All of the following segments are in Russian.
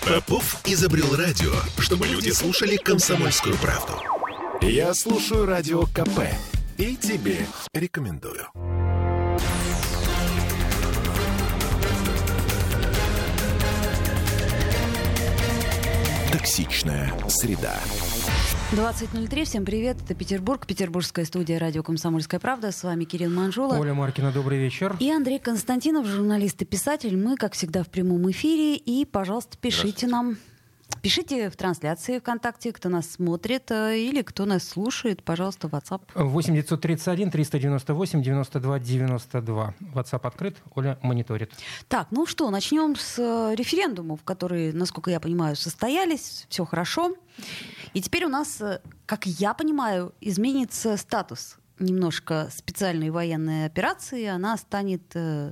Попов изобрел радио, чтобы люди слушали комсомольскую правду. Я слушаю Радио КП и тебе рекомендую. Токсичная среда. 20:03. Всем привет. Это Петербург. Петербургская студия радио «Комсомольская правда». С вами Кирилл Манжула. Оля Маркина, добрый вечер. И Андрей Константинов, журналист и писатель. Мы, как всегда, в прямом эфире. И, пожалуйста, пишите нам. Пишите в трансляции ВКонтакте, кто нас смотрит или кто нас слушает. Пожалуйста, в WhatsApp. 8-931-398-92-92. WhatsApp открыт. Оля мониторит. Так, ну что, начнем с референдумов, которые, насколько я понимаю, состоялись. Все хорошо. И теперь у нас, как я понимаю, изменится статус немножко специальной военной операции. Она станет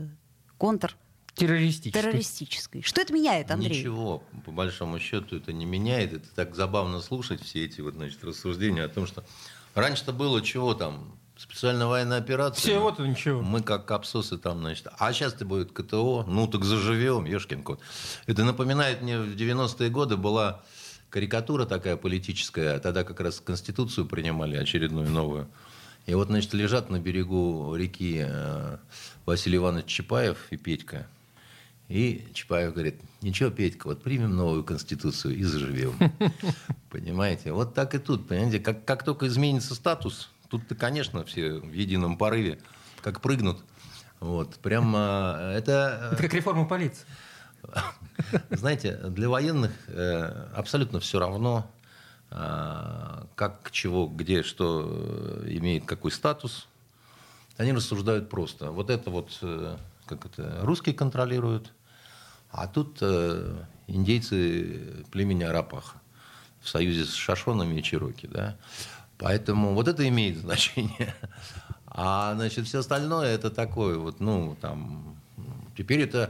террористической. Что это меняет, Андрей? Ничего, по большому счету, это не меняет. Это так забавно слушать все эти рассуждения о том, что раньше-то было чего там, специальная военная операция. Всего-то ничего. Мы как капсосы там, а сейчас-то будет КТО, ну так заживем, ешкин кот. Это напоминает мне, в 90-е годы была карикатура такая политическая, тогда как раз Конституцию принимали очередную новую. И вот, лежат на берегу реки Василий Иванович Чапаев и Петька. И Чапаев говорит: ничего, Петька, вот примем новую Конституцию и заживем. Понимаете? Вот так и тут, понимаете? Как только изменится статус, тут-то, конечно, все в едином порыве, как прыгнут. Вот, прямо это... Это как реформа полиции. Знаете, для военных абсолютно все равно, как, чего, где, что имеет какой статус. Они рассуждают просто. Вот это вот, русские контролируют, а тут индейцы племени Арапаха в союзе с шошонами и чероки, да. Поэтому вот это имеет значение. А, все остальное это такое вот, теперь это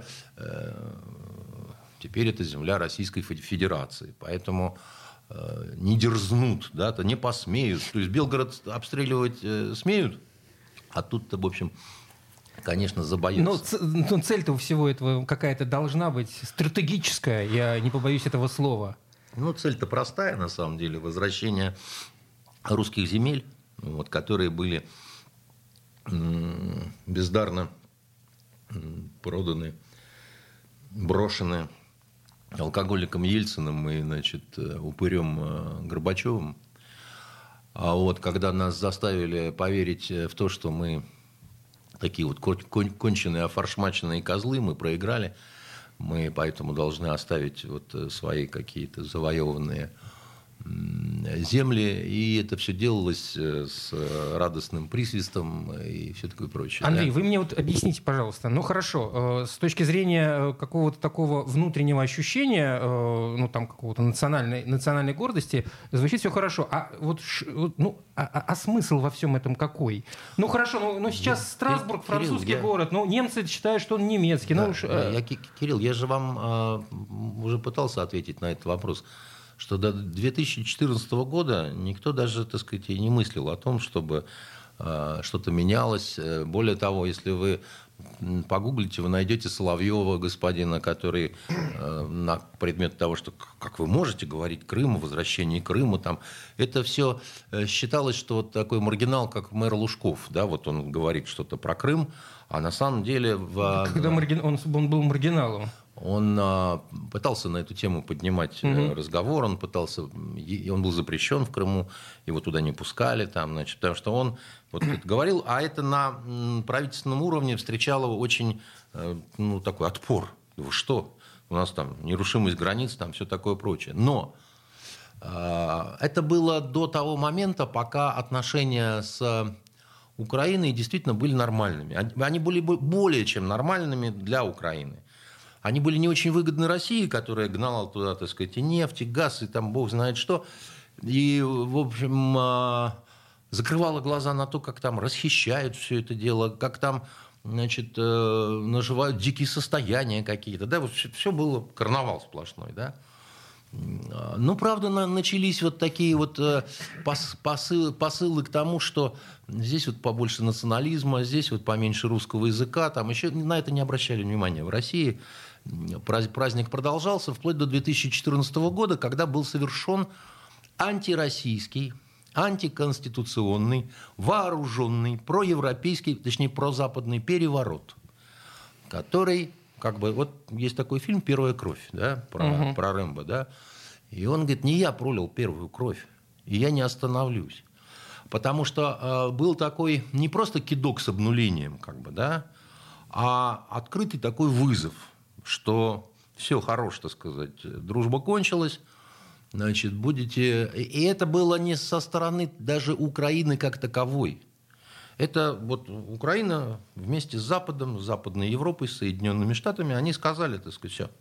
земля Российской Федерации. Поэтому не дерзнут, да, не посмеют. То есть Белгород обстреливать смеют, а тут-то, в общем, конечно, забоятся. Но цель-то у всего этого какая-то должна быть стратегическая, я не побоюсь этого слова. Цель-то простая, на самом деле. Возвращение русских земель, которые были бездарно проданы, брошены алкоголиком Ельциным и, упырем Горбачевым. А вот когда нас заставили поверить в то, что мы такие вот конченые, офаршмаченные козлы, мы проиграли, мы поэтому должны оставить свои какие-то завоеванные земли, и это все делалось с радостным присвистом и все такое прочее. Андрей, да? вы мне объясните, пожалуйста, хорошо, с точки зрения какого-то такого внутреннего ощущения, какого-то национальной гордости, звучит все хорошо, а смысл во всем этом какой? Хорошо, сейчас Страсбург, французский город, немцы считают, что он немецкий. Да, Кирилл, я же вам уже пытался ответить на этот вопрос, что до 2014 года никто даже, и не мыслил о том, чтобы что-то менялось. Более того, если вы погуглите, вы найдете Соловьева, господина, который на предмет того, что как вы можете говорить Крым, о возвращении Крыма, это все считалось, что такой маргинал, как мэр Лужков, да, он говорит что-то про Крым, а на самом деле... Когда он был маргиналом. Он пытался на эту тему поднимать разговор, он был запрещен в Крыму, его туда не пускали, потому что он говорил, а это на правительственном уровне встречало очень такой отпор. Вы что? У нас нерушимость границ, все такое прочее. Но это было до того момента, пока отношения с Украиной действительно были нормальными. Они были более чем нормальными для Украины. Они были не очень выгодны России, которая гнала туда, и нефть, и газ, и бог знает что. И, в общем, закрывала глаза на то, как расхищают все это дело, как наживают дикие состояния какие-то. Да, все было карнавал сплошной, да. Правда, начались такие посылы к тому, что здесь побольше национализма, здесь поменьше русского языка. Еще на это не обращали внимания в России. праздник продолжался вплоть до 2014 года, когда был совершен антироссийский, антиконституционный, вооруженный, проевропейский, точнее, прозападный переворот, который, вот есть такой фильм «Первая кровь», да, про Рэмбо, да, и он говорит, не я пролил первую кровь, и я не остановлюсь. Потому что был такой не просто кидок с обнулением, да, а открытый такой вызов, что все, хорош, так сказать, дружба кончилась, значит, будете... И это было не со стороны даже Украины как таковой. Это вот Украина вместе с Западом, с Западной Европой, с Соединенными Штатами, они сказали, так сказать, все.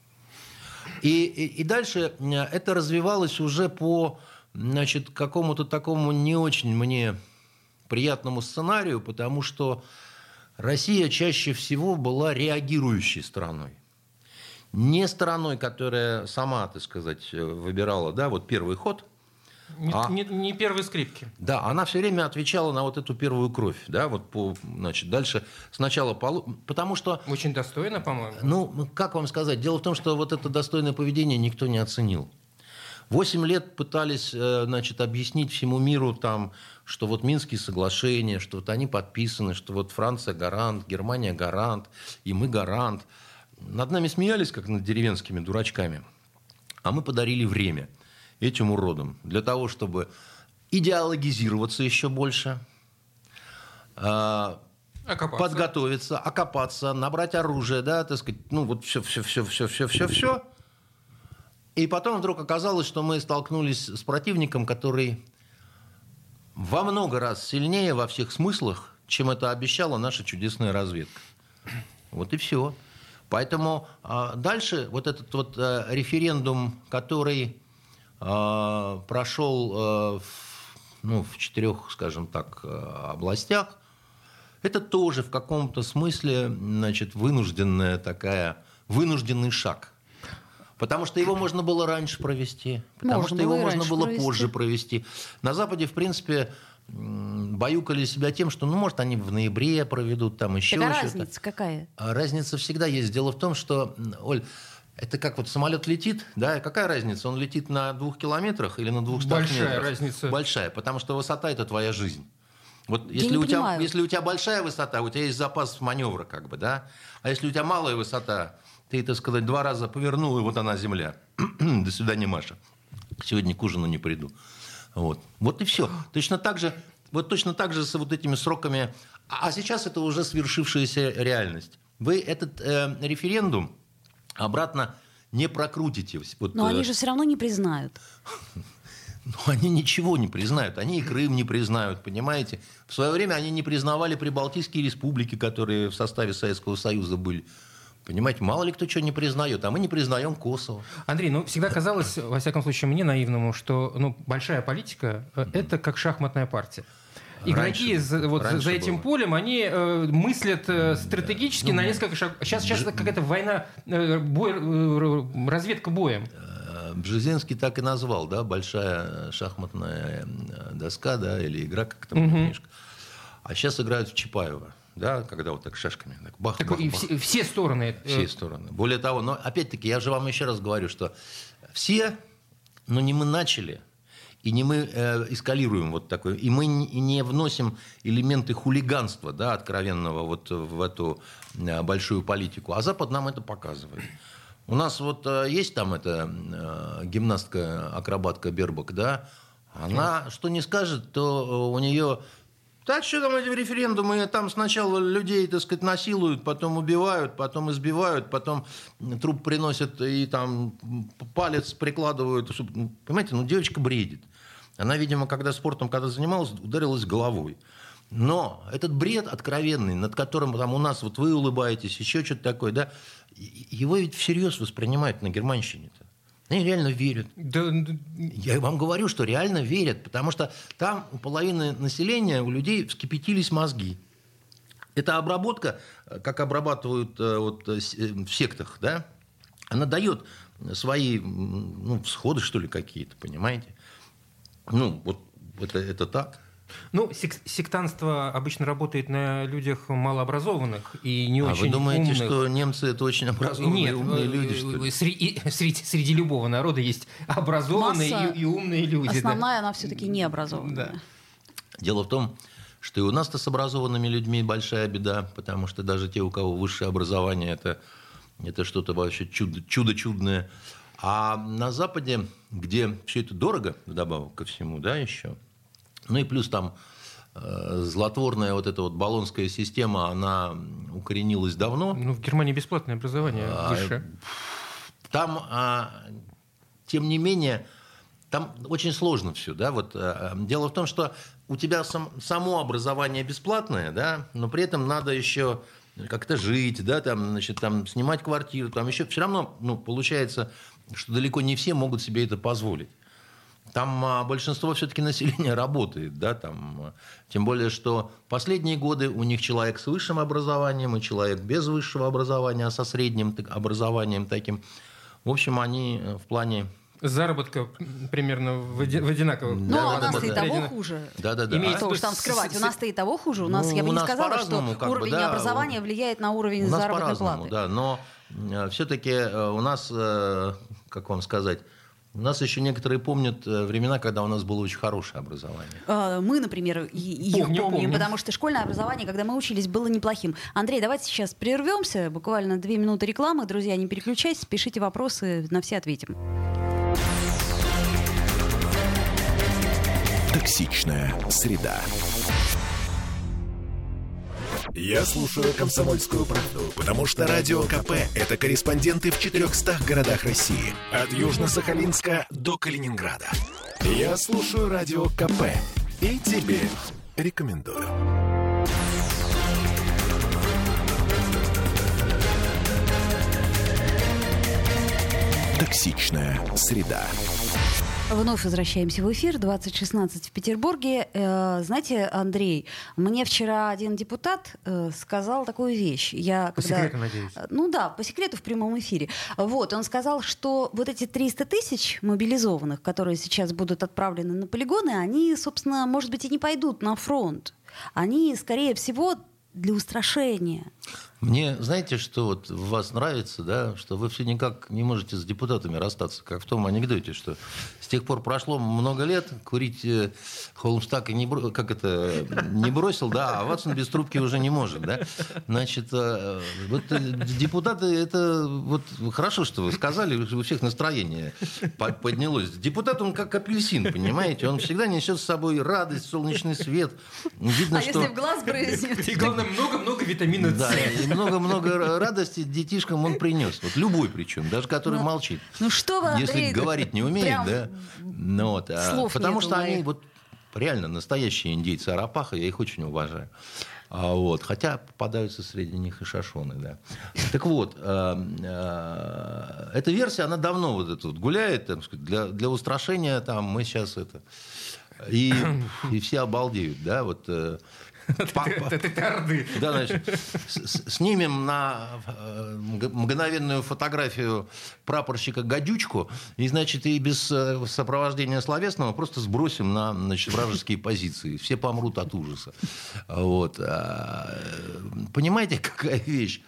И дальше это развивалось уже по, значит, какому-то такому не очень мне приятному сценарию, потому что Россия чаще всего была реагирующей страной. Не стороной, которая сама, так сказать, выбирала, да, вот первый ход. Не первые скрипки. Да, она все время отвечала на вот эту первую кровь, да, значит, дальше сначала, потому что... Очень достойно, по-моему. Ну, как вам сказать, дело в том, что вот это достойное поведение никто не оценил. 8 лет пытались, значит, объяснить всему миру, там, что вот Минские соглашения, что вот они подписаны, что вот Франция гарант, Германия гарант, и мы гарант. Над нами смеялись, как над деревенскими дурачками. А мы подарили время этим уродам для того, чтобы идеологизироваться еще больше, подготовиться, окопаться, набрать оружие, да, так сказать, ну вот все. И потом вдруг оказалось, что мы столкнулись с противником, который во много раз сильнее во всех смыслах, чем это обещала наша чудесная разведка. Вот и все. Поэтому дальше вот этот вот референдум, который прошел в 4, скажем так, областях, это тоже в каком-то смысле, значит, вынужденный шаг. Потому что его можно было раньше провести, потому что его можно было позже провести. На Западе, в принципе, баюкали себя тем, что, может, они в ноябре проведут, там еще что-то. Разница какая? Разница всегда есть. Дело в том, что, Оль, это как вот самолет летит, да, какая разница, он летит на 2 километрах или на 200 метрах? Большая разница. Большая, потому что высота – это твоя жизнь. Вот если у тебя большая высота, у тебя есть запас маневра, да, а если у тебя малая высота, ты, так сказать, 2 раза повернул, и вот она земля. До свидания, Маша. Сегодня к ужину не приду. Вот и все. Точно так же с вот этими сроками. А сейчас это уже свершившаяся реальность. Вы этот референдум обратно не прокрутите. Но они же все равно не признают. Они ничего не признают. Они и Крым не признают, понимаете? В свое время они не признавали прибалтийские республики, которые в составе Советского Союза были. Понимаете, мало ли кто что не признает, а мы не признаем Косово. Андрей, всегда казалось, во всяком случае мне наивному, что большая политика – это как шахматная партия. Игроки за этим полем, они мыслят стратегически на несколько шагов. Сейчас какая-то война, разведка боем. Бжезинский так и назвал, да, большая шахматная доска, да, или игра, как там книжка. А сейчас играют в Чапаева. Да, когда вот так шашками. Так бах, так бах, и бах. Все стороны. Все стороны. Более того, но опять-таки, я же вам еще раз говорю, что все, но не мы начали, и не мы эскалируем вот такое, и мы не вносим элементы хулиганства, да, откровенного вот в эту большую политику, а Запад нам это показывает. У нас вот есть там эта гимнастка-акробатка Бербак, да, она что не скажет, то у нее... Так что там эти референдумы, там сначала людей, так сказать, насилуют, потом убивают, потом избивают, потом труп приносят и там палец прикладывают. Понимаете, девочка бредит. Она, видимо, когда занималась, ударилась головой. Но этот бред откровенный, над которым там у нас вот вы улыбаетесь, еще что-то такое, да, его ведь всерьез воспринимают на германщине-то. Они реально верят. Да. Я вам говорю, что реально верят, потому что там у половины населения, у людей вскипятились мозги. Эта обработка, как обрабатывают в сектах, да, она дает свои всходы, что ли, какие-то, понимаете? Вот это так. Ну, сектантство обычно работает на людях малообразованных и не очень умных. А вы думаете, что немцы это очень образованные, умные люди, что ли? Среди любого народа есть образованные и умные люди. Основная, она все-таки необразованная. Да. Дело в том, что и у нас-то с образованными людьми большая беда, потому что даже те, у кого высшее образование, это что-то вообще чудо чудное. А на Западе, где все это дорого, вдобавок ко всему, да, еще, ну и плюс там злотворная вот эта вот болонская система, она укоренилась давно. Ну, в Германии бесплатное образование высшее. Там, тем не менее, там очень сложно все, да, вот дело в том, что у тебя само образование бесплатное, да, но при этом надо еще как-то жить, да, там, значит, там снимать квартиру, там еще все равно, ну, получается, что далеко не все могут себе это позволить. Там большинство все-таки населения работает, да, там, тем более, что последние годы у них человек с высшим образованием и человек без высшего образования, а со средним образованием таким. В общем, они в плане... Заработка примерно в одинаковых. Ну, у нас-то и того хуже. Да. Что уж там скрывать. У нас-то и того хуже. У нас, я бы не сказала, что уровень образования влияет на уровень заработной платы. Да, но все-таки у нас, как вам сказать, у нас еще некоторые помнят времена, когда у нас было очень хорошее образование. Мы, например, их помним, потому что школьное образование, когда мы учились, было неплохим. Андрей, давайте сейчас прервемся. Буквально 2 минуты рекламы. Друзья, не переключайтесь, пишите вопросы, на все ответим. Токсичная среда. Я слушаю «Комсомольскую правду», потому что Радио КП – это корреспонденты в 400 городах России. От Южно-Сахалинска до Калининграда. Я слушаю Радио КП и тебе рекомендую. Токсичная среда. Вновь возвращаемся в эфир. 2016 в Петербурге. Знаете, Андрей, мне вчера один депутат сказал такую вещь. По секрету, надеюсь. Ну да, по секрету в прямом эфире. Вот, он сказал, что вот эти 300 тысяч мобилизованных, которые сейчас будут отправлены на полигоны, они, собственно, может быть, и не пойдут на фронт. Они, скорее всего, для устрашения. Мне, знаете, что вот в вас нравится, да, что вы все никак не можете с депутатами расстаться, как в том анекдоте, что с тех пор прошло много лет, курить Холмстак не бросил, да, а Ватсон без трубки уже не может, да. Значит, вот депутаты, это вот хорошо, что вы сказали, у всех настроение поднялось. Депутат, он как апельсин, понимаете, он всегда несет с собой радость, солнечный свет. Видно, а если в глаз брызнет? И главное, много витамина С. Да, и много радости детишкам он принес. Вот любой причем, даже который молчит. Ну что вы, Андрей, если говорить не умеет, да. Ну, вот, потому что они вот реально настоящие индейцы Арапаха, я их очень уважаю. Вот, хотя попадаются среди них и шашоны, да. Так вот, эта версия, она давно вот это вот гуляет, так сказать, для устрашения там мы сейчас это... И все обалдеют, да, вот... Да, значит, снимем на мгновенную фотографию прапорщика Гадючку и, значит, и без сопровождения словесного просто сбросим на, значит, вражеские позиции. Все помрут от ужаса. Вот. Понимаете, какая вещь?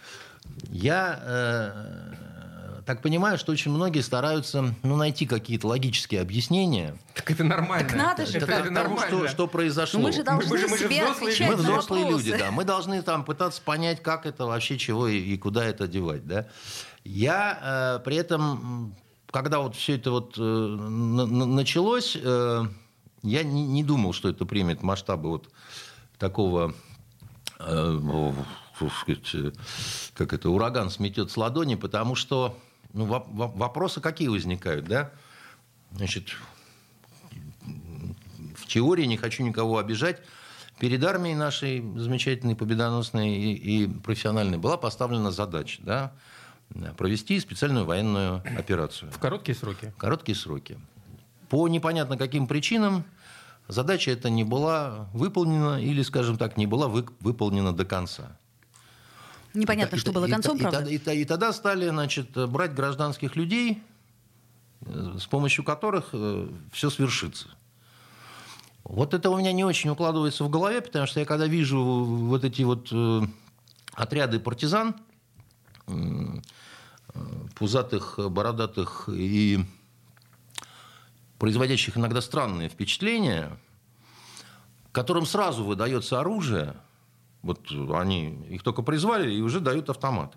Я так понимаю, что очень многие стараются найти какие-то логические объяснения. Так это нормально. Так надо же. Это нормально. Что произошло. Мы же должны себе отвечать на Мы взрослые вопросы. люди, да. Мы должны там пытаться понять, как это вообще, чего и куда это девать, да. Я при этом, когда вот все это вот началось, я не думал, что это примет масштабы вот такого... как это, ураган сметет с ладони, потому что вопросы какие возникают, да? Значит, в теории, не хочу никого обижать, перед армией нашей замечательной, победоносной и профессиональной была поставлена задача, да, провести специальную военную операцию. В короткие сроки? В короткие сроки. По непонятно каким причинам задача эта не была выполнена или, скажем так, не была выполнена до конца. Непонятно, что было концом, правда? И тогда стали, значит, брать гражданских людей, с помощью которых все свершится. Вот это у меня не очень укладывается в голове, потому что я когда вижу вот эти вот отряды партизан, пузатых, бородатых и производящих иногда странные впечатления, которым сразу выдается оружие, вот они их только призвали и уже дают автомат.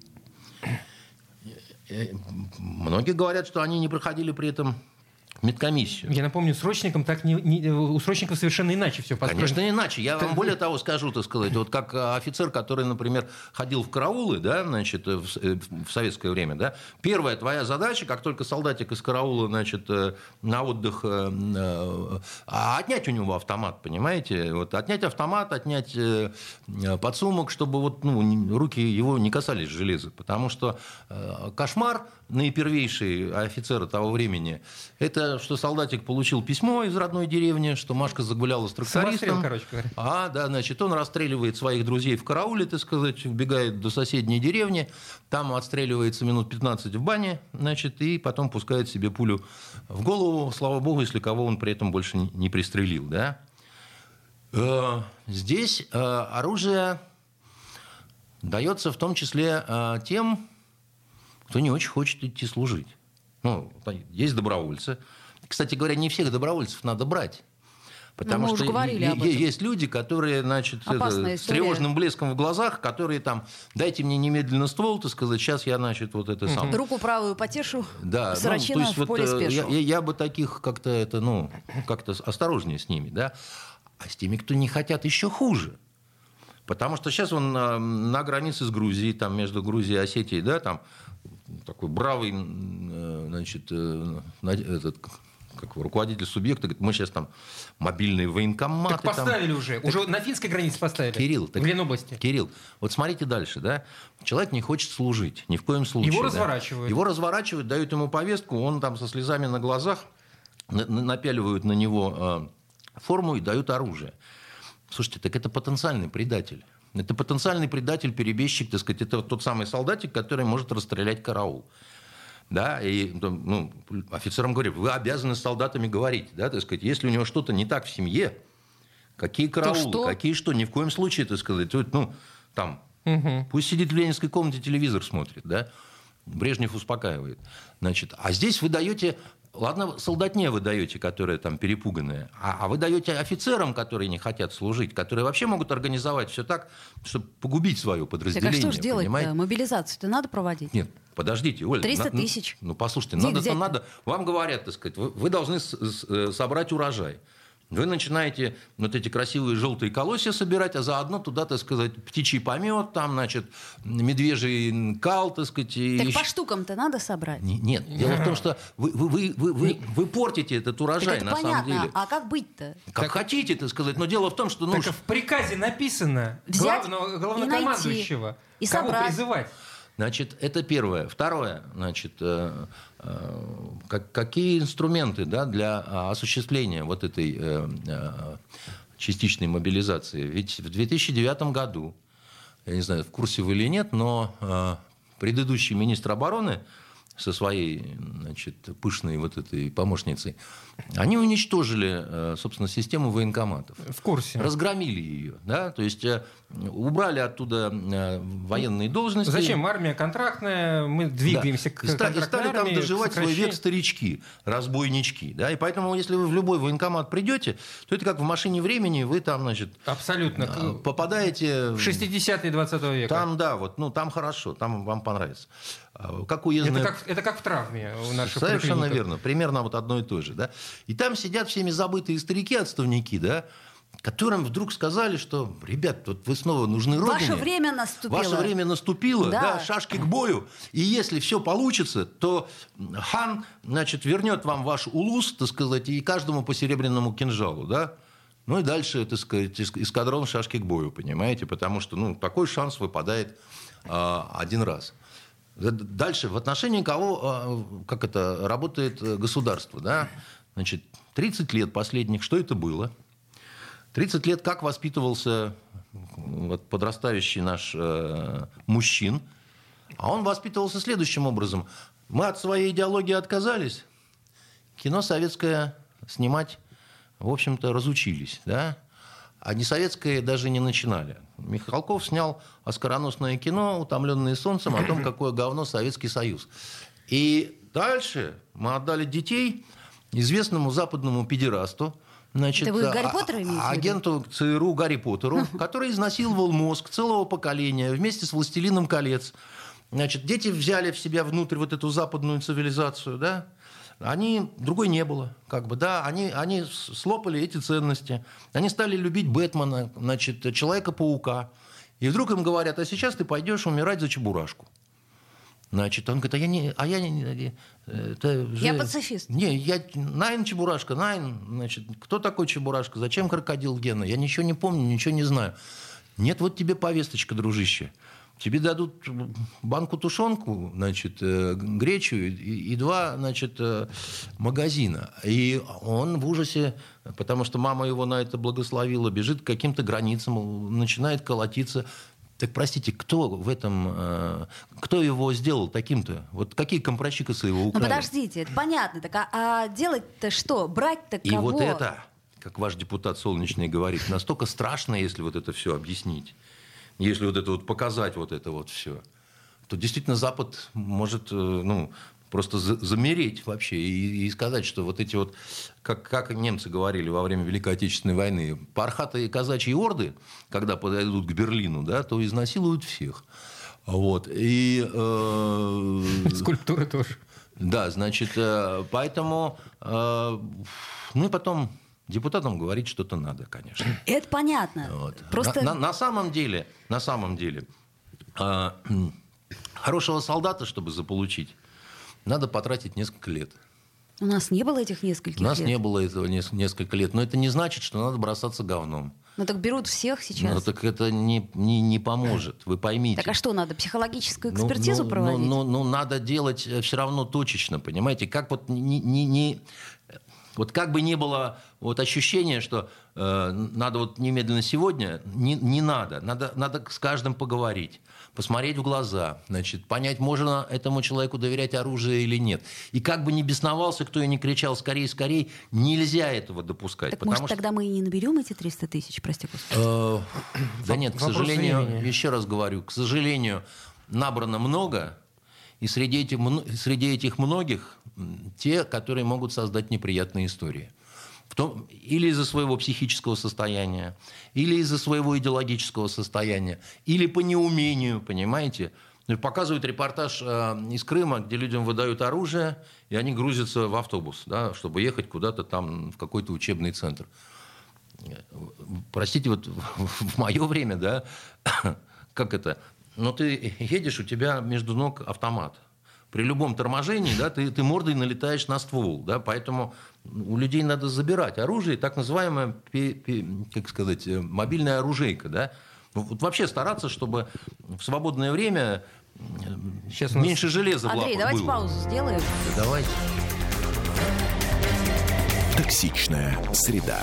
Многие говорят, что они не проходили при этом медкомиссию. Я напомню, срочникам у срочников совершенно иначе все построено. Конечно, иначе. Я вам более того скажу, так сказать, вот как офицер, который, например, ходил в караулы, да, значит, в советское время, да, первая твоя задача, как только солдатик из караула, значит, на отдых, отнять у него автомат, понимаете? Вот, отнять автомат, отнять подсумок, чтобы вот, ну, руки его не касались железа, потому что кошмар наипервейший офицера того времени – это что солдатик получил письмо из родной деревни, что Машка загуляла с трактористом. Короче говоря. Да, значит, он расстреливает своих друзей в карауле, так сказать, вбегает до соседней деревни, там отстреливается минут 15 в бане, значит, и потом пускает себе пулю в голову, слава богу, если кого он при этом больше не пристрелил, да. Здесь оружие дается в том числе тем, кто не очень хочет идти служить. Ну, есть добровольцы. Кстати говоря, не всех добровольцев надо брать. Потому что есть люди, которые, значит, с тревожным блеском в глазах, которые там, дайте мне немедленно ствол, так сказать, сейчас я, значит, вот это сам. Руку правую потешу, да, сорочина в поле спешу. Я бы таких как-то, как-то осторожнее с ними, да. А с теми, кто не хотят, еще хуже. Потому что сейчас он на границе с Грузией, там между Грузией и Осетией, да, там такой бравый, значит, как руководитель субъекта, говорит, мы сейчас там мобильные военкоматы. Так поставили там. уже на финской границе поставили. Кирилл, в Ленобласти. Кирилл, вот смотрите дальше, да, человек не хочет служить, ни в коем случае. Его да. разворачивают. Его разворачивают, дают ему повестку, он там со слезами на глазах, напяливают на него форму и дают оружие. Слушайте, так это потенциальный предатель. Это потенциальный предатель, перебежчик, так сказать, это тот самый солдатик, который может расстрелять караул. Да, и офицерам говорят, вы обязаны с солдатами говорить, да, так сказать, если у него что-то не так в семье, какие караулы, какие что, ни в коем случае, так сказать, пусть сидит в ленинской комнате, телевизор смотрит, да, Брежнев успокаивает. Значит, а здесь вы даете... Ладно, солдатне вы даете, которые там перепуганные, а вы даете офицерам, которые не хотят служить, которые вообще могут организовать все так, чтобы погубить свое подразделение. Так а что же делать-то? Мобилизацию-то надо проводить? Нет, подождите, Оля. 300 тысяч. Послушайте, надо. Вам говорят, так сказать, вы должны собрать урожай. Вы начинаете вот эти красивые желтые колосья собирать, а заодно туда, так сказать, птичий помет, там, значит, медвежий кал, так сказать. Так по штукам-то надо собрать? Нет, дело в том, что вы портите этот урожай, на самом деле. А как быть-то? Как хотите, так сказать, но дело в том, что... Так в приказе написано главнокомандующего, и кого собрать. призывать. Значит, это первое. Второе, значит, какие инструменты, да, для осуществления вот этой частичной мобилизации? Ведь в 2009 году, я не знаю, в курсе вы или нет, но предыдущий министр обороны со своей, значит, пышной вот этой помощницей, они уничтожили, собственно, систему военкоматов. В курсе. Разгромили ее, да, то есть убрали оттуда военные должности. Зачем? Армия контрактная, мы двигаемся к контрактной армии. И стали там доживать свой век старички, разбойнички, да, и поэтому, если вы в любой военкомат придете, то это как в машине времени, вы там, значит, абсолютно попадаете... В 60-е 20 века. Там, да, вот, там хорошо, там вам понравится. Как уездная... Это как в травме у наших Совершенно верно. Примерно вот одно и то же. Да? И там сидят всеми забытые старики-отставники, да, которым вдруг сказали, что, ребят, вот вы снова нужны родине. Ваше время наступило. Ваше время наступило, да, шашки к бою. И если все получится, то хан, значит, вернет вам ваш улус, так сказать, и каждому по серебряному кинжалу, да. Ну и дальше, так сказать, эскадрон шашки к бою, понимаете, потому что, такой шанс выпадает один раз. Дальше, в отношении кого, как это, работает государство, да? Значит, 30 лет последних, что это было? 30 лет как воспитывался подрастающий наш мужчин, а он воспитывался следующим образом. Мы от своей идеологии отказались, кино советское снимать в общем-то, разучились, да? А несоветское даже не начинали. Михалков снял оскароносное кино «Утомленные солнцем» о том, какое говно Советский Союз. И дальше мы отдали детей известному западному педерасту, значит, это вы Гарри Поттера имеете в виду? агенту ЦРУ Гарри Поттеру, который изнасиловал мозг целого поколения вместе с «Властелином колец». Значит, дети взяли в себя внутрь вот эту западную цивилизацию, да? Другой не было, как бы, да, они слопали эти ценности, они стали любить Бэтмена, значит, Человека-паука, и вдруг им говорят: а сейчас ты пойдешь умирать за Чебурашку. Значит, он говорит: я пацифист. Найн Чебурашка, Найн, значит, кто такой Чебурашка, зачем крокодил Гена, я ничего не помню, ничего не знаю. Нет, вот тебе повесточка, дружище. Тебе дадут банку тушенку, значит, гречу и 2, значит, магазина. И он в ужасе, потому что мама его на это благословила, бежит к каким-то границам, начинает колотиться. Так, простите, кто его сделал таким-то? Вот какие компрочикосы его украли? Ну, подождите, это понятно. Так, а делать-то что? Брать-то кого? И вот это, как ваш депутат Солнечный говорит, настолько страшно, если вот это все объяснить. Если вот это вот показать вот это вот все, то действительно Запад может просто замереть вообще и сказать, что вот эти вот, как немцы говорили во время Великой Отечественной войны, пархатые казачьи орды, когда подойдут к Берлину, да, то изнасилуют всех. Вот. И скульптуры тоже. Да, значит, поэтому, и потом... Депутатам говорить что-то надо, конечно. Это понятно. Вот. Просто... На самом деле, хорошего солдата, чтобы заполучить, надо потратить несколько лет. У нас не было этих нескольких лет. У нас не было этого несколько лет. Но это не значит, что надо бросаться говном. Ну так берут всех сейчас. Ну так это не поможет, вы поймите. Так а что, надо психологическую экспертизу проводить? Надо делать все равно точечно, понимаете? Как вот вот как бы не было вот ощущения, что надо вот немедленно сегодня, не надо. Надо с каждым поговорить, посмотреть в глаза, значит, понять, можно этому человеку доверять оружие или нет. И как бы ни бесновался, кто и не кричал «скорей, скорей», нельзя этого допускать. Так может, тогда мы и не наберем эти 300 тысяч, прости господи? Да нет, к сожалению, еще раз говорю, к сожалению, набрано много, и среди этих многих те, которые могут создать неприятные истории. Или из-за своего психического состояния, или из-за своего идеологического состояния, или по неумению, понимаете. Показывают репортаж из Крыма, где людям выдают оружие, и они грузятся в автобус, да, чтобы ехать куда-то там в какой-то учебный центр. Простите, вот в мое время, да, как это... Но ты едешь, у тебя между ног автомат. При любом торможении, да, ты мордой налетаешь на ствол. Да, поэтому у людей надо забирать оружие, так называемая, как сказать, мобильная оружейка. Да. Вот вообще стараться, чтобы в свободное время меньше железа в лапах было. Андрей, давайте паузу сделаем. Да, давайте. Токсичная среда.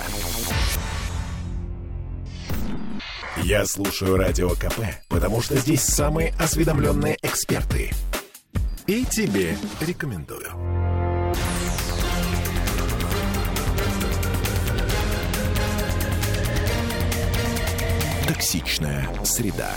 Я слушаю Радио КП, потому что здесь самые осведомленные эксперты. И тебе рекомендую. Токсичная среда.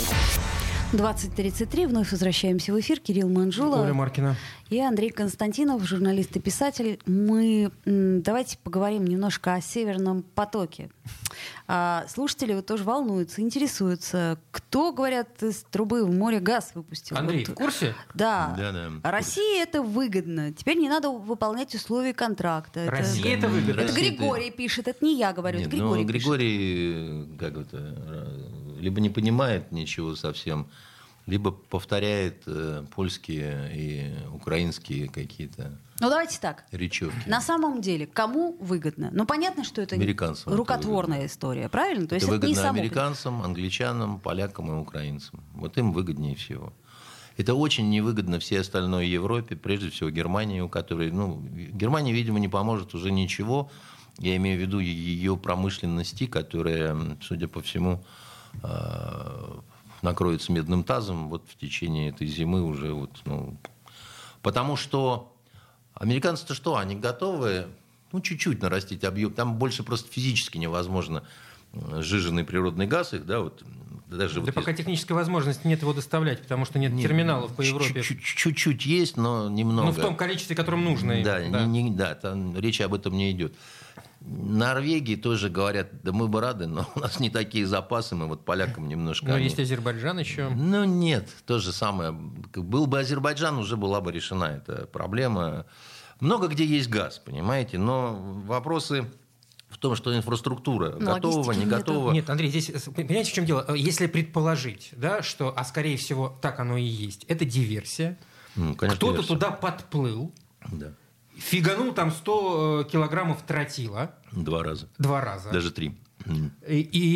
20:33. Вновь возвращаемся в эфир. Кирилл Манжула. Оля Маркина. И Андрей Константинов, журналист и писатель. Давайте поговорим немножко о Северном потоке. Слушатели вот тоже волнуются, интересуются. Кто, говорят, из трубы в море газ выпустил? Андрей, в курсе? Да. России это выгодно. Теперь не надо выполнять условия контракта. России это выгодно. Это Григорий пишет, это не я говорю, это Григорий пишет. Григорий, как это, либо не понимает ничего совсем, либо повторяет польские и украинские какие-то давайте так. речевки. На самом деле, кому выгодно? Понятно, что это рукотворная история, правильно? То есть это выгодно не само... американцам, англичанам, полякам и украинцам. Вот им выгоднее всего. Это очень невыгодно всей остальной Европе, прежде всего Германии, у которой, Германии, видимо, не поможет уже ничего. Я имею в виду ее промышленности, которая, судя по всему, накроется медным тазом вот в течение этой зимы уже. Потому что американцы-то что? Они готовы чуть-чуть нарастить объем. Там больше просто физически невозможно сжиженный природный газ их, да, вот. Даже да пока технической возможности нет его доставлять, потому что нет терминалов по Европе. Чуть-чуть есть, но немного. Ну, в том количестве, котором нужно. Да, там речь об этом не идет. Норвегии тоже говорят, да мы бы рады, но у нас не такие запасы, мы вот полякам немножко... Но есть Азербайджан еще. Ну нет, то же самое. Был бы Азербайджан, уже была бы решена эта проблема. Много где есть газ, понимаете, но вопросы... в том, что инфраструктура готова, не готова. Нет, Андрей, здесь, понимаете, в чем дело? Если предположить, да, что, скорее всего, так оно и есть, это диверсия. Конечно, кто-то туда подплыл, да. Фиганул там 100 килограммов тротила. 2 раза. 2 раза. Даже 3. То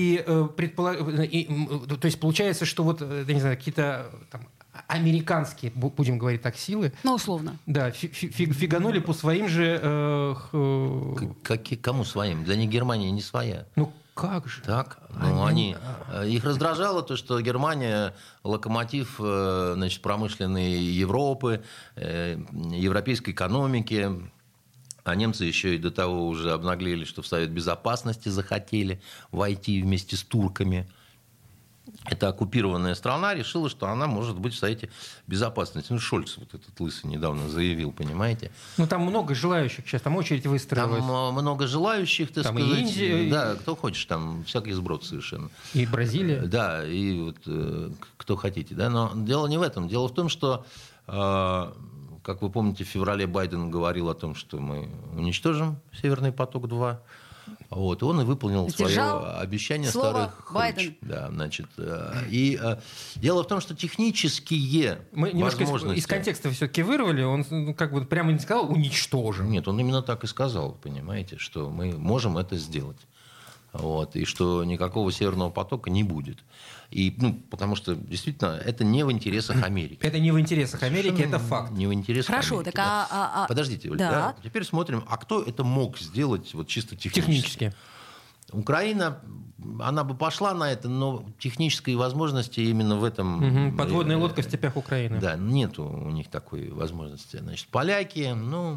есть получается, что вот, я не знаю, какие-то там американские, будем говорить так, силы. Ну, условно. Да, фиганули по своим же... Кому своим? Для них Германия не своя. Ну, как же? Так. Их раздражало то, что Германия локомотив, значит, промышленной Европы, европейской экономики. А немцы еще и до того уже обнаглели, что в Совет Безопасности захотели войти вместе с турками. Эта оккупированная страна решила, что она может быть в Совете Безопасности. Ну, Шольц, вот этот лысый, недавно заявил, понимаете. Ну, там много желающих сейчас, там очередь выстроилась. Там много желающих, так там сказать. И Индия, да, кто хочешь, там всякий сброд совершенно. И Бразилия. Да, и вот кто хотите. Да? Но дело не в этом. Дело в том, что, как вы помните, в феврале Байден говорил о том, что мы уничтожим «Северный поток-2». Вот, он и выполнил свое обещание старых хрущ. Да, значит, и дело в том, что технические мы немножко из контекста все-таки вырвали, он как бы прямо не сказал «уничтожим». Нет, он именно так и сказал, понимаете, что мы можем это сделать. Вот, и что никакого «Северного потока» не будет. И, потому что, действительно, это не в интересах Америки. Это не в интересах Америки, это факт. Не в интересах Хорошо, Америки. Так да. Подождите, Оль, да. Теперь смотрим, а кто это мог сделать вот чисто технически? Украина, она бы пошла на это, но технической возможности именно в этом... Подводная лодка в степях Украины. Да, нету у них такой возможности. Значит, поляки,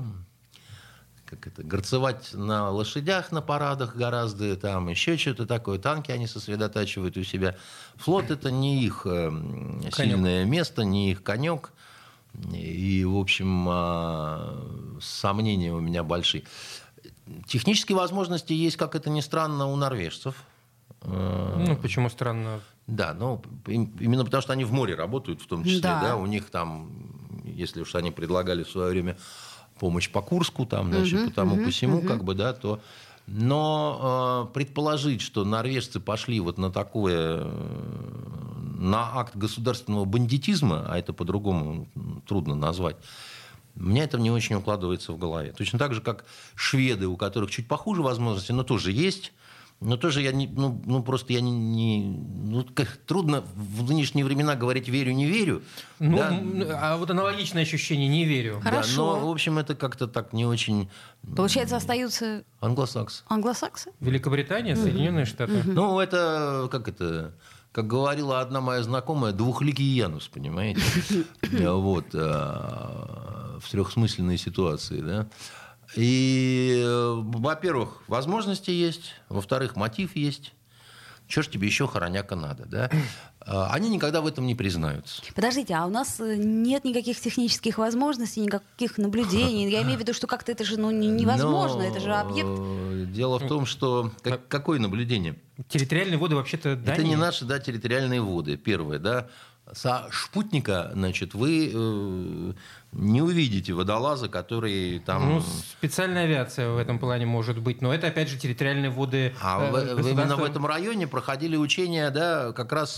горцевать на лошадях на парадах гораздо, там еще что-то такое. Танки они сосредотачивают у себя. Флот — это не их сильное место, не их конек. И, в общем, сомнения у меня большие. Технические возможности есть, как это ни странно, у норвежцев. Почему странно? Да, именно потому, что они в море работают в том числе. Да, у них там, если уж они предлагали в свое время помощь по Курску, там, значит, по тому, по сему, как бы, да, то... Но предположить, что норвежцы пошли вот на такое, на акт государственного бандитизма, а это по-другому трудно назвать, мне это не очень укладывается в голове. Точно так же, как шведы, у которых чуть похуже возможности, но тоже есть. Но тоже я не, просто я не трудно в нынешние времена говорить «верю, не верю». А вот аналогичное ощущение «не верю». Хорошо. Да, но, в общем, это как-то так не очень... Получается, остаются... Англосаксы. Англосаксы? Великобритания, Соединенные Штаты. Это, как говорила одна моя знакомая, двухликий Янус, понимаете? Вот. В трехсмысленной ситуации, да. И, во-первых, возможности есть, во-вторых, мотив есть. Чего ж тебе еще хороняка надо, да? Они никогда в этом не признаются. Подождите, а у нас нет никаких технических возможностей, никаких наблюдений? Я имею в виду, что как-то это же невозможно, это же объект. Дело в том, что... Какое наблюдение? Территориальные воды вообще-то Дании. Это не наши, территориальные воды. Первое, да. Со спутника, значит, вы не увидите водолаза, который там... специальная авиация в этом плане может быть, но это, опять же, территориальные воды именно в этом районе проходили учения, да, как раз,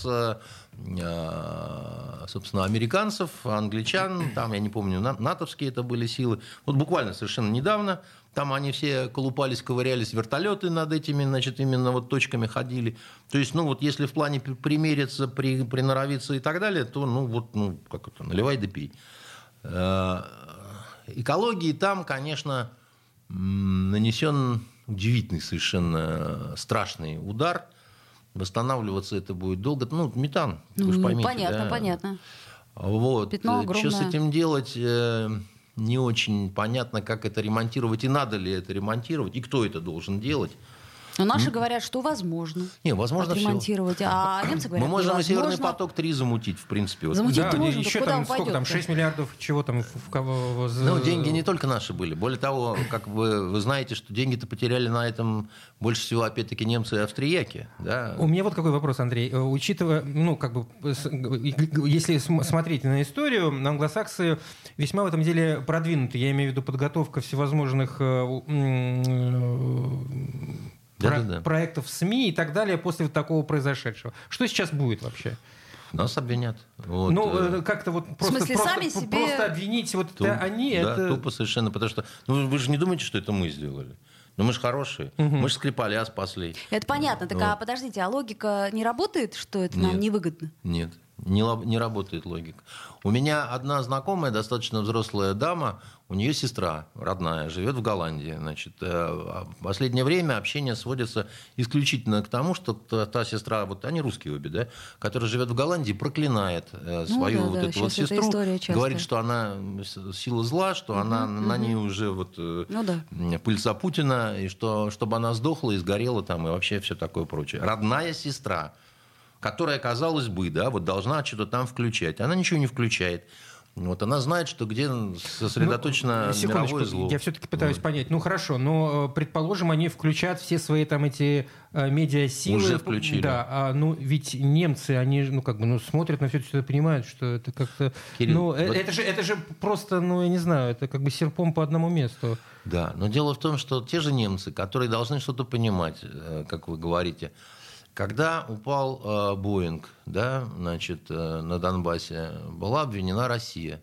собственно, американцев, англичан, там, я не помню, натовские это были силы. Вот буквально совершенно недавно там они все колупались, ковырялись, вертолеты над этими, значит, именно вот точками ходили. То есть, если в плане примериться, приноровиться и так далее, то, наливай да пей. Экологии там, конечно, нанесен удивительный совершенно страшный удар. Восстанавливаться это будет долго. Метан, вы же поймите. Понятно. Вот. Пятно огромное. Что с этим делать? не очень понятно, как это ремонтировать, и надо ли это ремонтировать, и кто это должен делать. Но наши говорят, что возможно. Не, возможно, отремонтировать, а немцы говорят, мы можем и невозможно. Северный поток-3 замутить, в принципе. Вот. Замутить Да, можно, еще куда там он сколько там, пойдет-то? 6 миллиардов, чего там, в кого... Ну, деньги не только наши были. Более того, как вы знаете, что деньги-то потеряли на этом больше всего, опять-таки, немцы и австрияки. Да? У меня вот какой вопрос, Андрей. Учитывая, ну, как бы, если смотреть на историю, англосаксы весьма в этом деле продвинуты. Я имею в виду подготовка всевозможных проектов в СМИ и так далее после вот такого произошедшего. Что сейчас будет вообще? Нас обвинят. Вот. Ну, как-то вот просто, В смысле, сами себе... просто обвинить вот это они... Да, это... тупо совершенно. Потому что, ну, вы же не думаете, что это мы сделали? Ну, мы же хорошие. Мы же Скрипаля спасли. Это понятно. Так, а подождите, а логика не работает, что это нам Нет. невыгодно? Нет, не работает логика. У меня одна знакомая, достаточно взрослая дама, у нее сестра родная, живет в Голландии. Значит, в последнее время общение сводится исключительно к тому, что та сестра, вот они русские обе, да, которая живет в Голландии, проклинает свою вот эту вот сестру, говорит, что она сила зла, что она на ней уже вот пыльца Путина, и что чтобы она сдохла и сгорела там, и вообще все такое прочее. Родная сестра, которая, казалось бы, да, вот должна что-то там включать. Она ничего не включает. Вот она знает, что где сосредоточено мировое зло. Я все-таки пытаюсь понять. Ну хорошо, но предположим, они включат все свои там эти медиасилы. Уже включили. Да, ну ведь немцы, они ну как бы смотрят на все это, понимают, что это как-то. Кирилл, ну это же просто, ну я не знаю, это как бы серпом по одному месту. Да, но дело в том, что те же немцы, которые должны что-то понимать, как вы говорите. Когда упал Боинг, да, значит, на Донбассе, была обвинена Россия.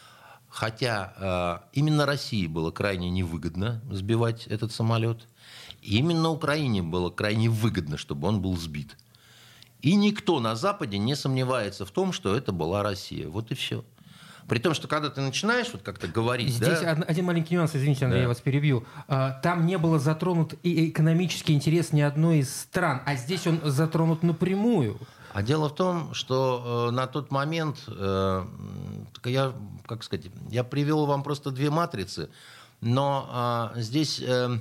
Хотя именно России было крайне невыгодно сбивать этот самолет. Именно Украине было крайне выгодно, чтобы он был сбит. И никто на Западе не сомневается в том, что это была Россия. Вот и все. При том, что когда ты начинаешь вот как-то говорить... Здесь один маленький нюанс, извините, Андрей, я вас перебью. Там не было затронут и экономический интерес ни одной из стран, а здесь он затронут напрямую. А дело в том, что на тот момент, я привел вам просто две матрицы, но здесь...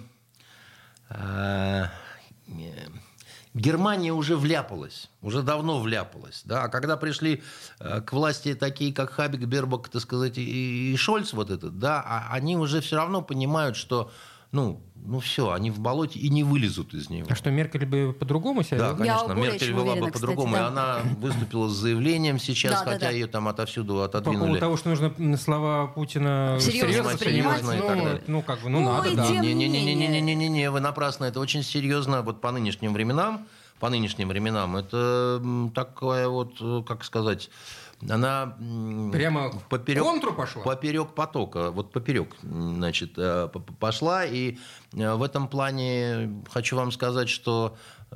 Германия уже вляпалась, уже давно вляпалась. Да? А когда пришли к власти такие, как Хабек, Бербак, так сказать, и Шольц, вот этот, да, они уже все равно понимают, что ну все, они в болоте и не вылезут из него. А что, Меркель бы по-другому себя вела? Да, конечно, Меркель вела бы по-другому. Кстати, да. И она выступила с заявлением сейчас, хотя ее там отовсюду отодвинули. По поводу того, что нужно слова Путина серьезно воспринимать. Надо, да. Не, вы напрасно. Это очень серьезно вот по нынешним временам. Это такая вот, как сказать... Она прямо поперек, контру пошла? Поперек потока, вот поперек, значит, пошла. И в этом плане хочу вам сказать, что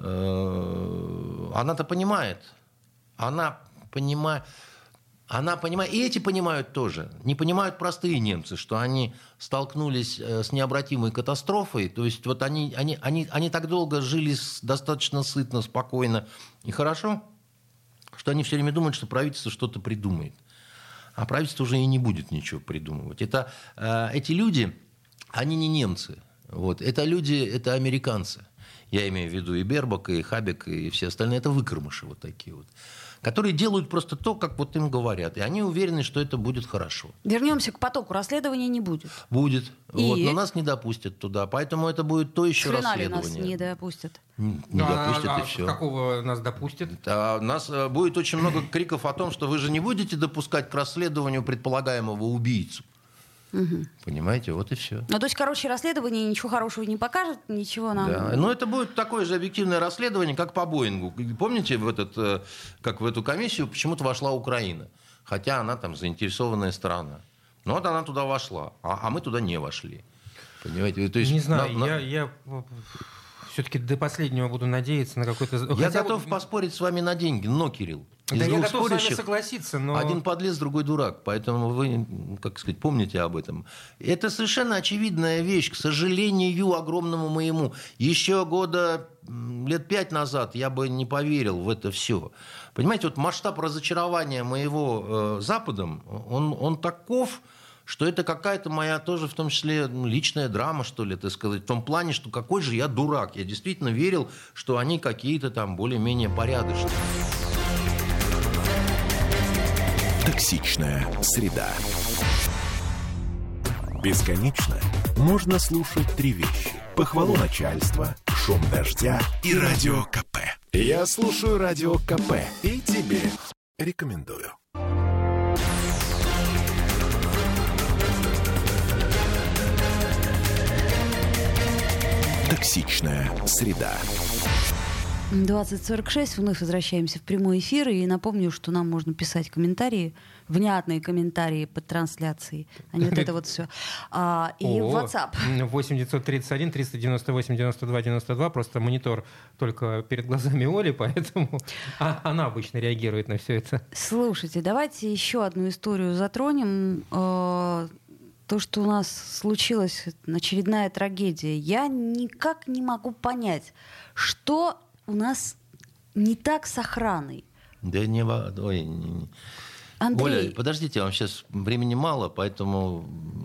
она-то понимает. Она понимает, и эти понимают тоже. Не понимают простые немцы, что они столкнулись с необратимой катастрофой. То есть вот они так долго жили достаточно сытно, спокойно и хорошо, что они все время думают, что правительство что-то придумает. А правительство уже и не будет ничего придумывать. Эти люди, они не немцы. Вот. Это люди, это американцы. Я имею в виду и Бербака, и Хабека, и все остальные. Это выкормыши вот такие вот. Которые делают просто то, как вот им говорят. И они уверены, что это будет хорошо. Вернемся к потоку. Расследования не будет. Будет. Вот, но нас не допустят туда. Поэтому это будет то еще расследование. Нас не допустят. Не допустят, и все. Какого нас допустят? У нас будет очень много криков о том, что вы же не будете допускать к расследованию предполагаемого убийцу. Угу. Понимаете, вот и все. Ну, то есть, расследование ничего хорошего не покажет, ничего нам... Да, но это будет такое же объективное расследование, как по Боингу. Помните, как в эту комиссию почему-то вошла Украина, хотя она там заинтересованная сторона. Но вот она туда вошла, а мы туда не вошли. Понимаете? То есть, не знаю, я все-таки до последнего буду надеяться на какой-то... Я готов поспорить с вами на деньги, но, Кирилл, да, я готов с вами согласиться, но... Один подлец, другой дурак. Поэтому вы, как сказать, помните об этом. Это совершенно очевидная вещь, к сожалению, огромному моему. Еще лет 5 назад я бы не поверил в это все. Понимаете, вот масштаб разочарования моего Западом, он таков, что это какая-то моя тоже, в том числе, личная драма, что ли, так сказать, в том плане, что какой же я дурак. Я действительно верил, что они какие-то там более-менее порядочные. Токсичная среда. Бесконечно можно слушать три вещи: похвалу начальства, шум дождя и радио КП. Я слушаю радио КП и тебе рекомендую. Токсичная среда. 20:46, вновь возвращаемся в прямой эфир, и напомню, что нам можно писать комментарии, внятные комментарии под трансляцией, а не вот это вот все. И в WhatsApp. 8 931 398 92 92, просто монитор только перед глазами Оли, поэтому она обычно реагирует на все это. Слушайте, давайте еще одну историю затронем. То, что у нас случилась очередная трагедия. Я никак не могу понять, что у нас не так с охраной. Да не... Ой, Андрей. Оля, подождите, вам сейчас времени мало, поэтому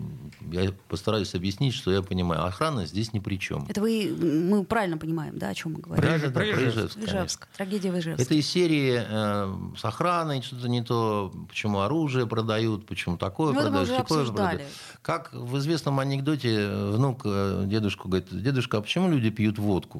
я постараюсь объяснить, что я понимаю. Охрана здесь ни при чем. Это мы правильно понимаем, да, о чем мы говорим? Да, про Ижевск. Ижевск. Трагедия в Ижевске. Это из серии с охраной, что-то не то, почему оружие продают, почему такое продают, такое продают. Как в известном анекдоте внук дедушку говорит: дедушка, а почему люди пьют водку?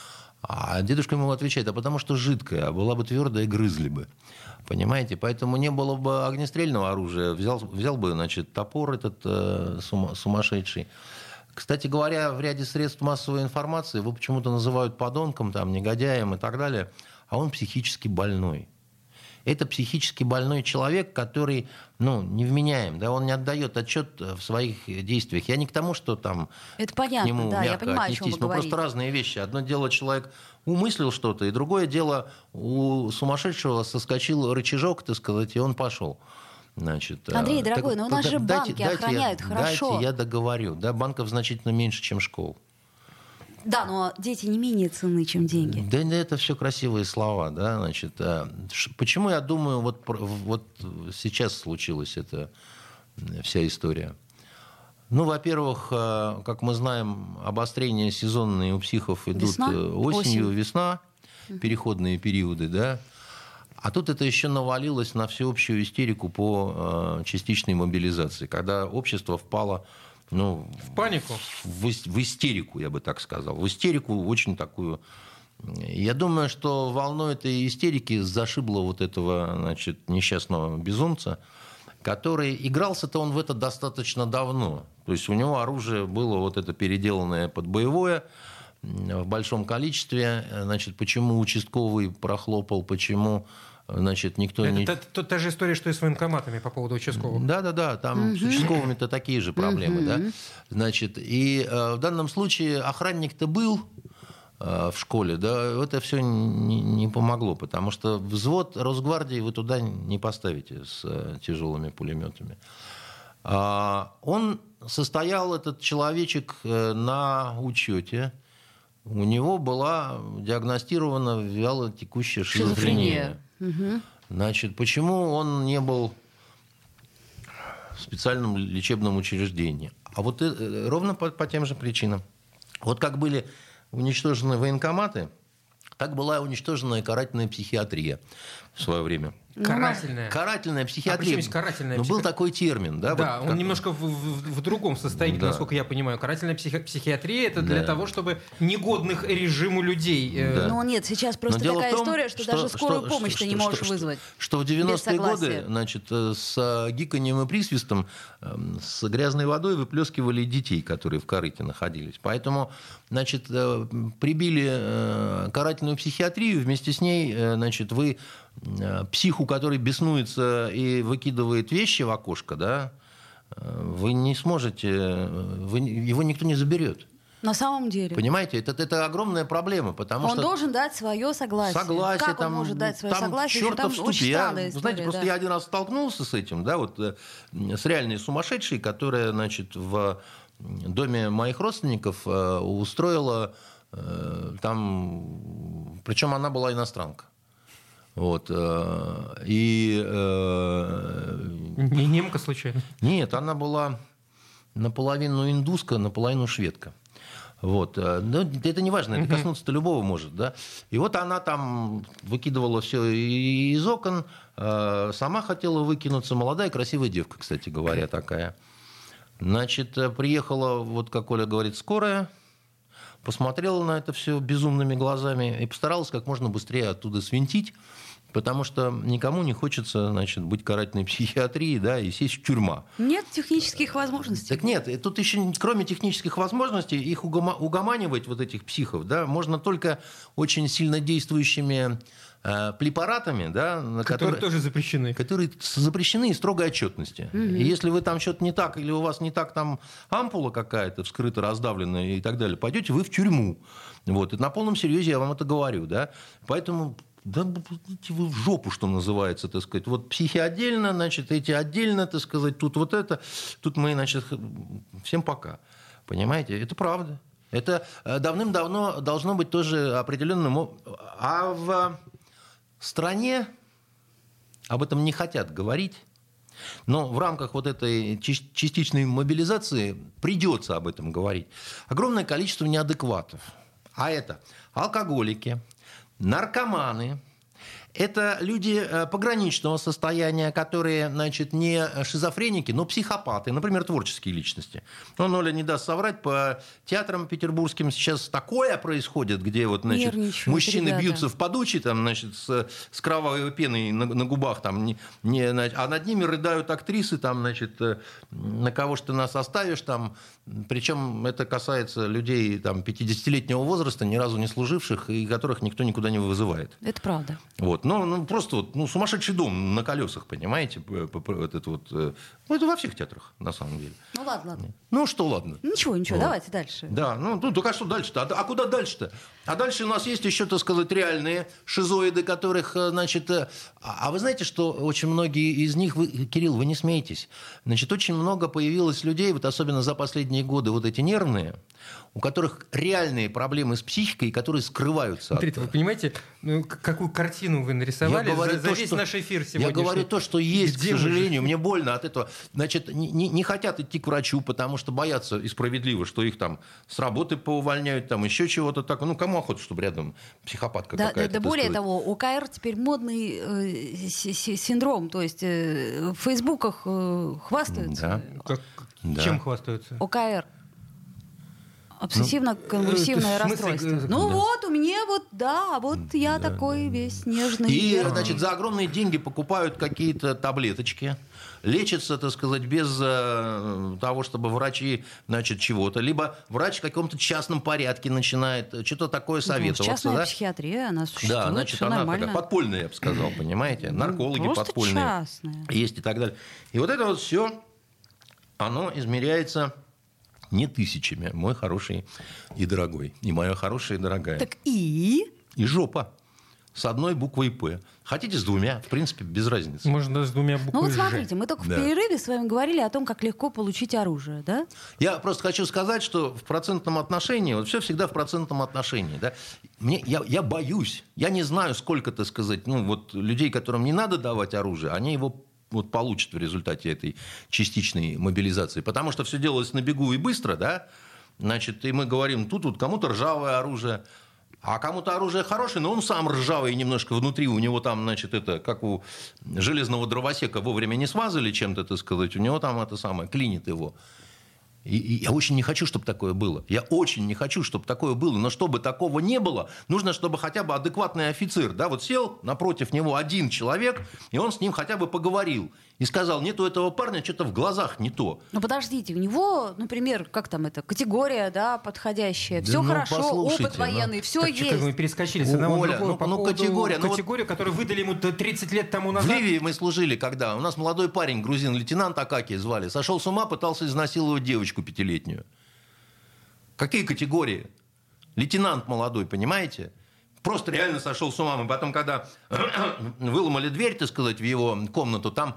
А дедушка ему отвечает: а потому что жидкая, а была бы твердая, грызли бы. Понимаете? Поэтому не было бы огнестрельного оружия, взял бы, значит, топор этот сумасшедший. Кстати говоря, в ряде средств массовой информации его почему-то называют подонком, там, негодяем и так далее, а он психически больной. Это психически больной человек, который, невменяем, да, он не отдает отчет в своих действиях. Я не к тому, что там это понятно, к нему да, мягко я понимаю, отнестись, но просто разные вещи. Одно дело, человек умыслил что-то, и другое дело, у сумасшедшего соскочил рычажок, так сказать, и он пошел. Значит, Андрей, дорогой, но у нас же банки охраняют хорошо. Дайте я договорю. Да, банков значительно меньше, чем школ. Да, но дети не менее ценны, чем деньги. Да, это все красивые слова, да, значит. Почему я думаю, вот сейчас случилась эта вся история? Во-первых, как мы знаем, обострения сезонные у психов идут осенью, весна, переходные периоды, да. А тут это еще навалилось на всеобщую истерику по частичной мобилизации, когда общество впало в панику? В истерику, я бы так сказал. В истерику очень такую. Я думаю, что волной этой истерики зашибло вот этого, значит, несчастного безумца, который... Игрался-то он в это достаточно давно. То есть у него оружие было вот это переделанное под боевое в большом количестве. Значит, почему участковый прохлопал, почему... Значит, никто не... Это та же история, что и с военкоматами по поводу участковых. Да, там с участковыми-то такие же проблемы, да. Значит, и в данном случае охранник-то был в школе, да, это все не помогло, потому что взвод Росгвардии вы туда не поставите с тяжелыми пулеметами. Он состоял, этот человечек, на учете. У него была диагностирована вялотекущая шизофрения. Значит, почему он не был в специальном лечебном учреждении? А вот ровно по тем же причинам. Вот как были уничтожены военкоматы, так была уничтожена и карательная психиатрия в свое время. Карательная психиатрия. А почему есть карательная психиатрия? Был такой термин. Да, да, вот он немножко в другом состоянии, да. Насколько я понимаю. Карательная психиатрия – это для того, чтобы негодных режиму людей... Ну нет, сейчас просто такая история, что даже скорую помощь ты не можешь вызвать. Что в 90-е годы, значит, с гиканьем и присвистом с грязной водой выплескивали детей, которые в корыте находились. Поэтому, значит, прибили карательную психиатрию, вместе с ней, значит, вы... Психу, который беснуется и выкидывает вещи в окошко, да, вы не сможете, его никто не заберет. На самом деле. Понимаете, это огромная проблема, потому он что... Он должен дать свое согласие. Согласие. Как он может дать свое согласие, если там очень странная история. Знаете, просто я один раз столкнулся с этим, да, вот с реальной сумасшедшей, которая, значит, в доме моих родственников устроила там... Причем она была иностранка. Вот. Не немка случайно? Нет, она была наполовину индуска, наполовину шведка. Вот. Но это не важно, это коснуться-то любого может. Да? И вот она там выкидывала все из окон, сама хотела выкинуться, молодая красивая девка, кстати говоря, такая. Значит, приехала, вот как Оля говорит, скорая, посмотрела на это все безумными глазами и постаралась как можно быстрее оттуда свинтить, потому что никому не хочется, значит, быть карательной психиатрией, да, и сесть в тюрьму. Нет технических возможностей. Так нет, тут еще, кроме технических возможностей, их угоманивать, вот этих психов, да, можно только очень сильно действующими препаратами, да, которые тоже запрещены. Которые запрещены и строгой отчетности. И если вы там что-то не так, или у вас не так там ампула какая-то вскрыта, раздавленная и так далее, пойдете вы в тюрьму. Вот. И на полном серьезе я вам это говорю. Да? Поэтому да идите вы в жопу, что называется, так сказать. Вот психи отдельно, значит, эти отдельно, так сказать, тут вот это, тут мы, значит, всем пока. Понимаете? Это правда. Это давным-давно должно быть тоже определенным... А в стране об этом не хотят говорить, но в рамках вот этой частичной мобилизации придется об этом говорить. Огромное количество неадекватов. А это алкоголики, наркоманы, это люди пограничного состояния, которые, значит, не шизофреники, но психопаты, например, творческие личности. Он, Оля, не даст соврать, по театрам петербургским сейчас такое происходит, где вот, значит, мужчины бьются в подучи, там, значит, с кровавой пеной на губах, там, а над ними рыдают актрисы, там, значит, на кого ж ты нас оставишь, там, причем это касается людей там, 50-летнего возраста, ни разу не служивших, и которых никто никуда не вызывает. Это правда. Вот. Ну, просто вот, сумасшедший дом на колесах, понимаете? Это во всех театрах, на самом деле. Ну, ладно. Ну, что ладно? Ничего, вот. Давайте дальше. Да, только а что дальше-то? А куда дальше-то? А дальше у нас есть еще, так сказать, реальные шизоиды, которых, значит... А вы знаете, что очень многие из них... Кирилл, вы не смеетесь. Значит, очень много появилось людей, вот особенно за последние годы, вот эти нервные, у которых реальные проблемы с психикой, которые скрываются. Смотрите, вы понимаете, какую картину вы нарисовали за весь наш эфир сегодня? Я говорю то, что есть, к сожалению. Мне больно от этого. Значит, не хотят идти к врачу, потому что боятся, и справедливо, что их там с работы поувольняют, там еще чего-то такого. Кому охота, чтобы рядом психопатка какая-то? Да, более того, ОКР теперь модный синдром. То есть в фейсбуках хвастаются. Да. Чем хвастаются? ОКР. Обсессивно-конвульсивное расстройство. Вот, у меня я такой весь нежный. И, значит, за огромные деньги покупают какие-то таблеточки, лечатся, так сказать, без того, чтобы врачи, значит, чего-то. Либо врач в каком-то частном порядке начинает что-то такое советоваться. Частная психиатрия, она существует, да, значит, она нормально. Такая подпольная, я бы сказал, понимаете? Наркологи просто подпольные. Частная. Есть и так далее. И вот это вот все, оно измеряется... не тысячами, мой хороший и дорогой. И моя хорошая и дорогая. Так и? И жопа. С одной буквой «П». Хотите с двумя, в принципе, без разницы. Можно с двумя буквами. Ну вот смотрите, мы только в перерыве с вами говорили о том, как легко получить оружие, да? Я просто хочу сказать, что в процентном отношении, вот все всегда в процентном отношении, да. Я боюсь, я не знаю, сколько, так сказать, людей, которым не надо давать оружие, они его получат в результате этой частичной мобилизации. Потому что все делалось на бегу и быстро, да? Значит, и мы говорим, тут кому-то ржавое оружие, а кому-то оружие хорошее, но он сам ржавый немножко внутри, у него там, значит, это, как у железного дровосека, вовремя не смазали чем-то, так сказать, у него там это самое, клинит его. И я очень не хочу, чтобы такое было. Я очень не хочу, чтобы такое было. Но чтобы такого не было, нужно, чтобы хотя бы адекватный офицер, да, вот сел напротив него один человек, и он с ним хотя бы поговорил. И сказал, нет у этого парня что-то в глазах не то. Ну, подождите, у него, например, как там это, категория, да, подходящая. Все хорошо, опыт военный, все есть. Что-то мы перескочили с одного Оля, другого по категория, категорию, которую выдали ему 30 лет тому назад. В Ливии мы служили когда? У нас молодой парень, грузин, лейтенант Акакий звали, сошел с ума, пытался изнасиловать девочку 5-летнюю. Какие категории? Лейтенант молодой, понимаете? Просто реально сошел с ума. Мы потом, когда выломали дверь, так сказать, в его комнату, там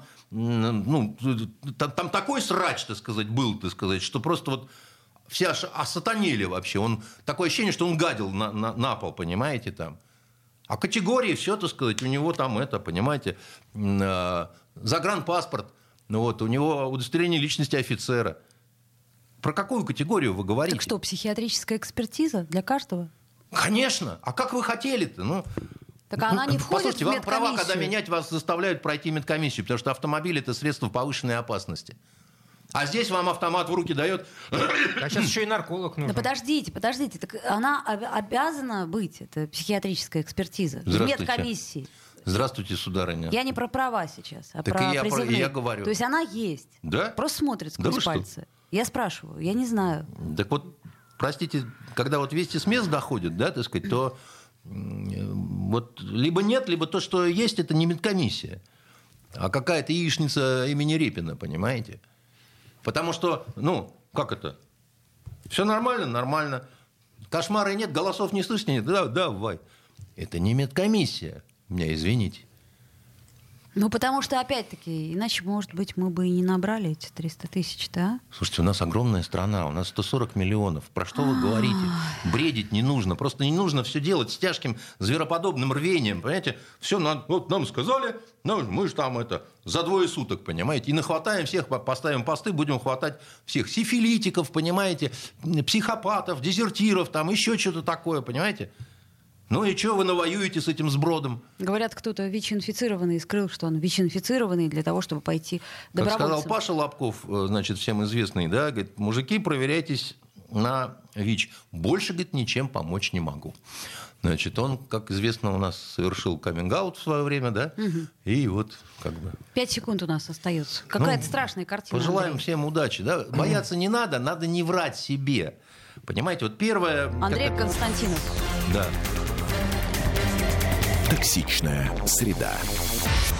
такой срач, так сказать, был, так сказать, что просто вот все аж осатанели вообще. Такое ощущение, что он гадил на пол, понимаете, там. А категории, все, так сказать, у него там это, понимаете, загранпаспорт, ну вот, у него удостоверение личности офицера. Про какую категорию вы говорите? Так что, психиатрическая экспертиза для каждого? Конечно. А как вы хотели-то? Ну, так она не входит послушайте, в вам медкомиссию. права, когда менять, вас заставляют пройти медкомиссию, потому что автомобиль – это средство повышенной опасности. А здесь вам автомат в руки дает. А сейчас еще и нарколог нужен. Да подождите. Так она обязана быть, это психиатрическая экспертиза, в Здравствуйте. медкомиссии. Здравствуйте, сударыня. Я не про права сейчас, а Так про и призывные. я говорю. То есть она есть. Да? Просто смотрит Да сквозь вы что? пальцы. Я спрашиваю, я не знаю. Так вот, простите, когда вот вести с мест доходит, да, так сказать, то вот либо нет, либо то, что есть, это не медкомиссия, а какая-то яичница имени Репина, понимаете? Потому что, ну, как это? Все нормально, нормально. Кошмара нет, голосов не слышно, нет. Да, давай. Это не медкомиссия. Меня извините. Ну, потому что, опять-таки, иначе, может быть, мы бы и не набрали эти 300 тысяч, да? Слушайте, у нас огромная страна, у нас 140 миллионов. Про что вы говорите? Бредить не нужно. Просто не нужно все делать с тяжким звероподобным рвением. Понимаете? Все, вот нам сказали, ну, мы же там это за 2 суток, понимаете? И нахватаем всех, поставим посты, будем хватать всех. Сифилитиков, понимаете? Психопатов, дезертиров, там еще что-то такое, понимаете? Ну и что вы навоюете с этим сбродом? Говорят, кто-то ВИЧ-инфицированный скрыл, что он ВИЧ-инфицированный для того, чтобы пойти Как добровольцем. сказал Паша Лобков, значит, всем известный, да, говорит, мужики, проверяйтесь на ВИЧ. Больше, говорит, ничем помочь не могу. Значит, он, как известно, у нас совершил каминг-аут в свое время, да, и вот как бы... 5 секунд у нас остается. Какая-то страшная картина. Пожелаем Андрей. всем удачи, да. Бояться не надо не врать себе. Понимаете, вот первое... Андрей Константинов. Да. Токсичная среда.